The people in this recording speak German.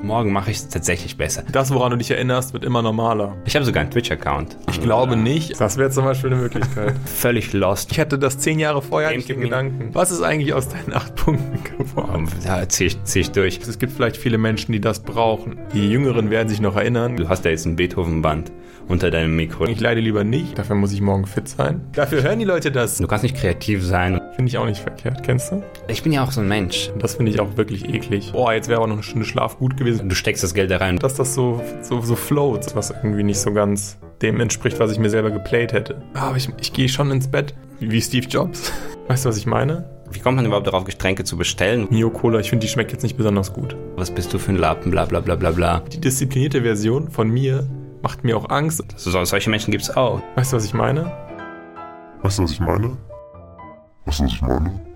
Morgen mache ich es tatsächlich besser. Das, woran du dich erinnerst, wird immer normaler. Ich habe sogar einen Twitch-Account. Ich glaube nicht. Das wäre zum Beispiel eine Möglichkeit. Völlig lost. Ich hatte das 10 Jahre vorher, hatte ich den Gedanken. Was ist eigentlich aus deinen 8 Punkten geworden? Da zieh ich durch. Es gibt vielleicht viele Menschen, die das brauchen. Die Jüngeren werden sich noch erinnern. Du hast ja jetzt ein Beethoven-Band unter deinem Mikro. Ich leide lieber nicht. Dafür muss ich morgen fit sein. Dafür hören die Leute das. Du kannst nicht kreativ sein. Finde ich auch nicht verkehrt. Kennst du? Ich bin ja auch so ein Mensch. Das finde ich auch wirklich eklig. Boah, jetzt wäre aber noch eine Stunde Schlaf gut gewesen. Du steckst das Geld da rein. Dass das so float, was irgendwie nicht so ganz dem entspricht, was ich mir selber geplayt hätte. Aber ich gehe schon ins Bett, wie Steve Jobs. Weißt du, was ich meine? Wie kommt man überhaupt darauf, Getränke zu bestellen? Mio Cola, ich finde, die schmeckt jetzt nicht besonders gut. Was bist du für ein Lappen, bla bla bla bla bla. Die disziplinierte Version von mir macht mir auch Angst. Solche Menschen gibt's auch. Weißt du, was ich meine? Weißt du, was ich meine? Weißt du, was ich meine?